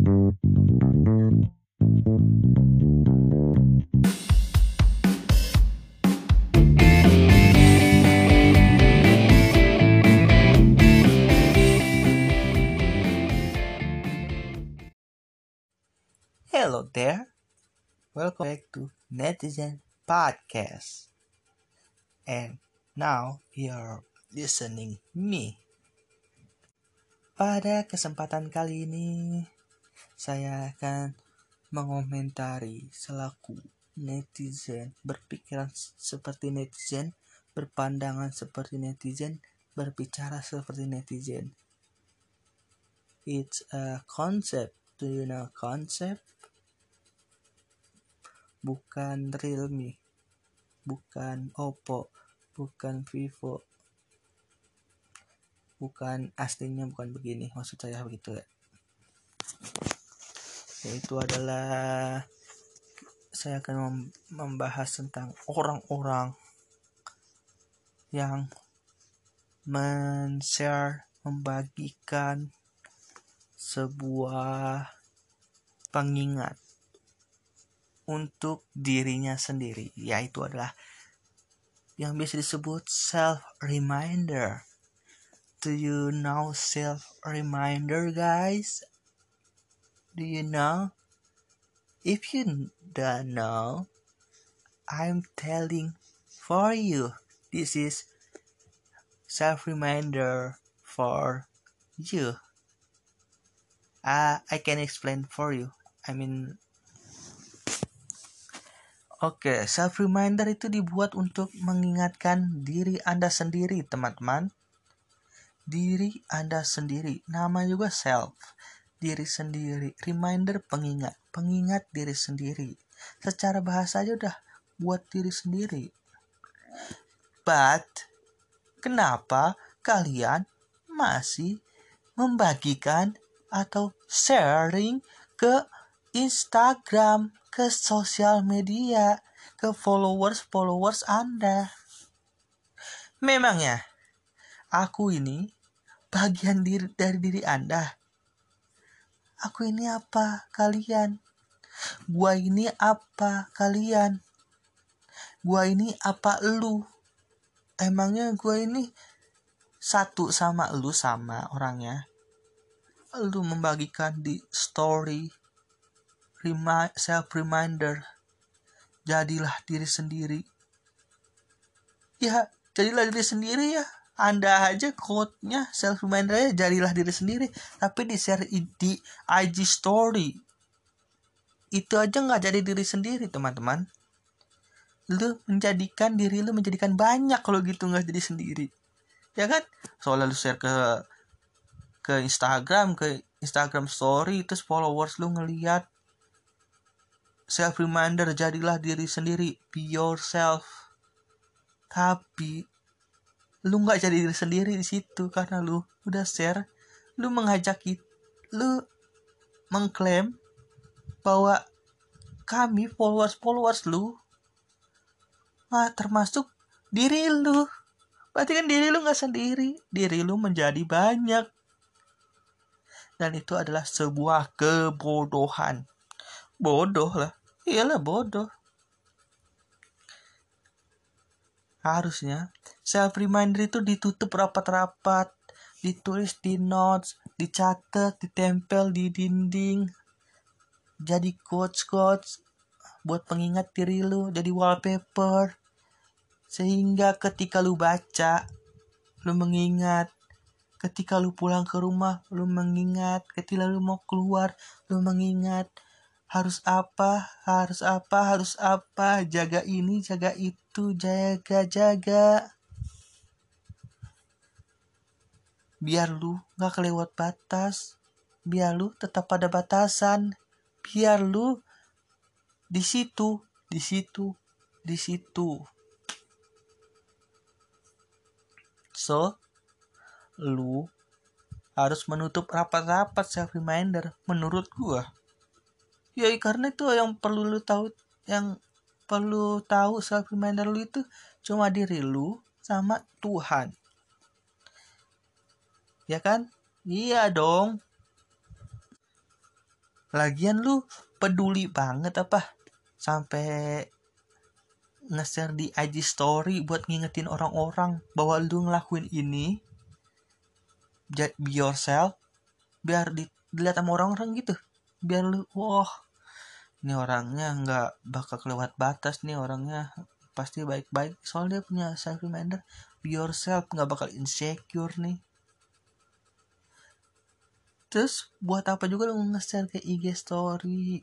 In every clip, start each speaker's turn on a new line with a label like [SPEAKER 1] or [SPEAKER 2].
[SPEAKER 1] Hello there, welcome back to Netizen Podcast. And now you're listening me. Pada kesempatan kali ini, saya akan mengomentari selaku netizen, berpikiran seperti netizen, berpandangan seperti netizen, berbicara seperti netizen. It's a concept. Do you know concept? Bukan Realme, bukan Oppo, bukan Vivo, bukan aslinya bukan begini, maksud saya begitu ya. Yaitu adalah saya akan membahas tentang orang-orang yang men-share, membagikan sebuah pengingat untuk dirinya sendiri, yaitu adalah yang biasa disebut self-reminder. Do you know self-reminder, guys? Do you know? If you don't know, I'm telling for you. This is self-reminder for you. I can explain for you. Self-reminder itu dibuat untuk mengingatkan diri Anda sendiri, teman-teman. Diri Anda sendiri, nama juga self, diri sendiri. Reminder, pengingat diri sendiri. Secara bahasa aja udah buat diri sendiri. But, kenapa kalian masih membagikan atau sharing ke Instagram, ke sosial media, ke followers Anda? Memangnya aku ini bagian dari diri Anda? Aku ini apa kalian? Gua ini apa kalian? Gua ini apa lu? Emangnya gua ini satu sama lu, sama orangnya? Lu membagikan di story, self-reminder, jadilah diri sendiri. Ya, jadilah diri sendiri ya. Anda aja quote-nya, self-reminder-nya jadilah diri sendiri, tapi di-share di IG story. Itu aja gak jadi diri sendiri, teman-teman. Lu menjadikan diri lu menjadikan banyak kalau gitu, gak jadi sendiri. Ya kan? Soalnya lu share ke Instagram story, terus followers lu ngeliat self-reminder, jadilah diri sendiri, be yourself. Tapi lu nggak jadi diri sendiri di situ karena lu udah share, lu lu mengklaim bahwa kami followers lu termasuk diri lu. Berarti kan diri lu nggak sendiri, diri lu menjadi banyak, dan itu adalah sebuah kebodohan. Bodoh lah, iyalah bodoh. Harusnya self-reminder itu ditutup rapat-rapat, ditulis di notes, dicatat, ditempel di dinding, jadi quotes buat pengingat diri lu, jadi wallpaper, sehingga ketika lu baca, lu mengingat. Ketika lu pulang ke rumah, lu mengingat. Ketika lu mau keluar, lu mengingat. Harus apa, jaga ini, jaga itu, jaga. Biar lu gak kelewat batas, biar lu tetap pada batasan, biar lu di situ. So, lu harus menutup rapat-rapat self-reminder menurut gua. Ya karena itu yang perlu lu tahu, self-reminder lu itu cuma diri lu sama Tuhan. Ya kan? Iya dong. Lagian lu peduli banget apa sampai nge-share di IG story buat ngingetin orang-orang bahwa lu ngelakuin ini. Be yourself, biar dilihat sama orang-orang gitu, biar lu wah ini orangnya nggak bakal kelewat batas nih, orangnya pasti baik-baik soalnya dia punya self reminder. Be yourself, nggak bakal insecure nih. Terus buat apa juga lu nge-share ke IG story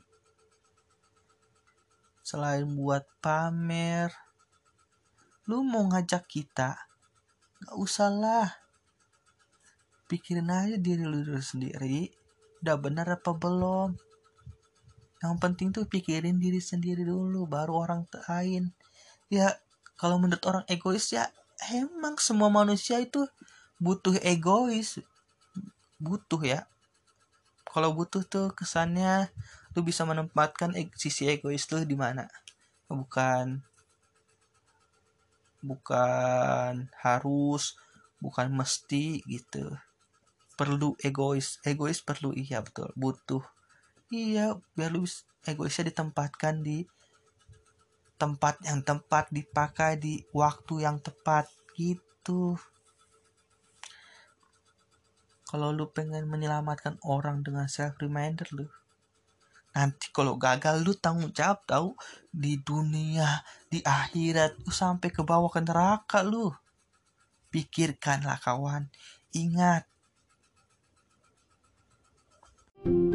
[SPEAKER 1] selain buat pamer? Lu mau ngajak kita, nggak usah lah, pikirin aja diri lu sendiri udah benar apa belum. Yang penting tuh pikirin diri sendiri dulu, baru orang lain. Ya kalau menurut orang egois ya emang semua manusia itu butuh egois. Butuh ya. Kalau butuh tuh kesannya lu bisa menempatkan sisi egois tuh di mana. Bukan harus, bukan mesti gitu. Perlu egois perlu, iya betul, butuh. Iya, biar lu egoisnya ditempatkan di tempat yang tepat, dipakai di waktu yang tepat gitu. Kalau lu pengen menyelamatkan orang dengan self reminder lu, nanti kalau gagal lu tanggung jawab tahu, di dunia, di akhirat, lu sampai ke bawah ke neraka lu. Pikirkanlah kawan, ingat.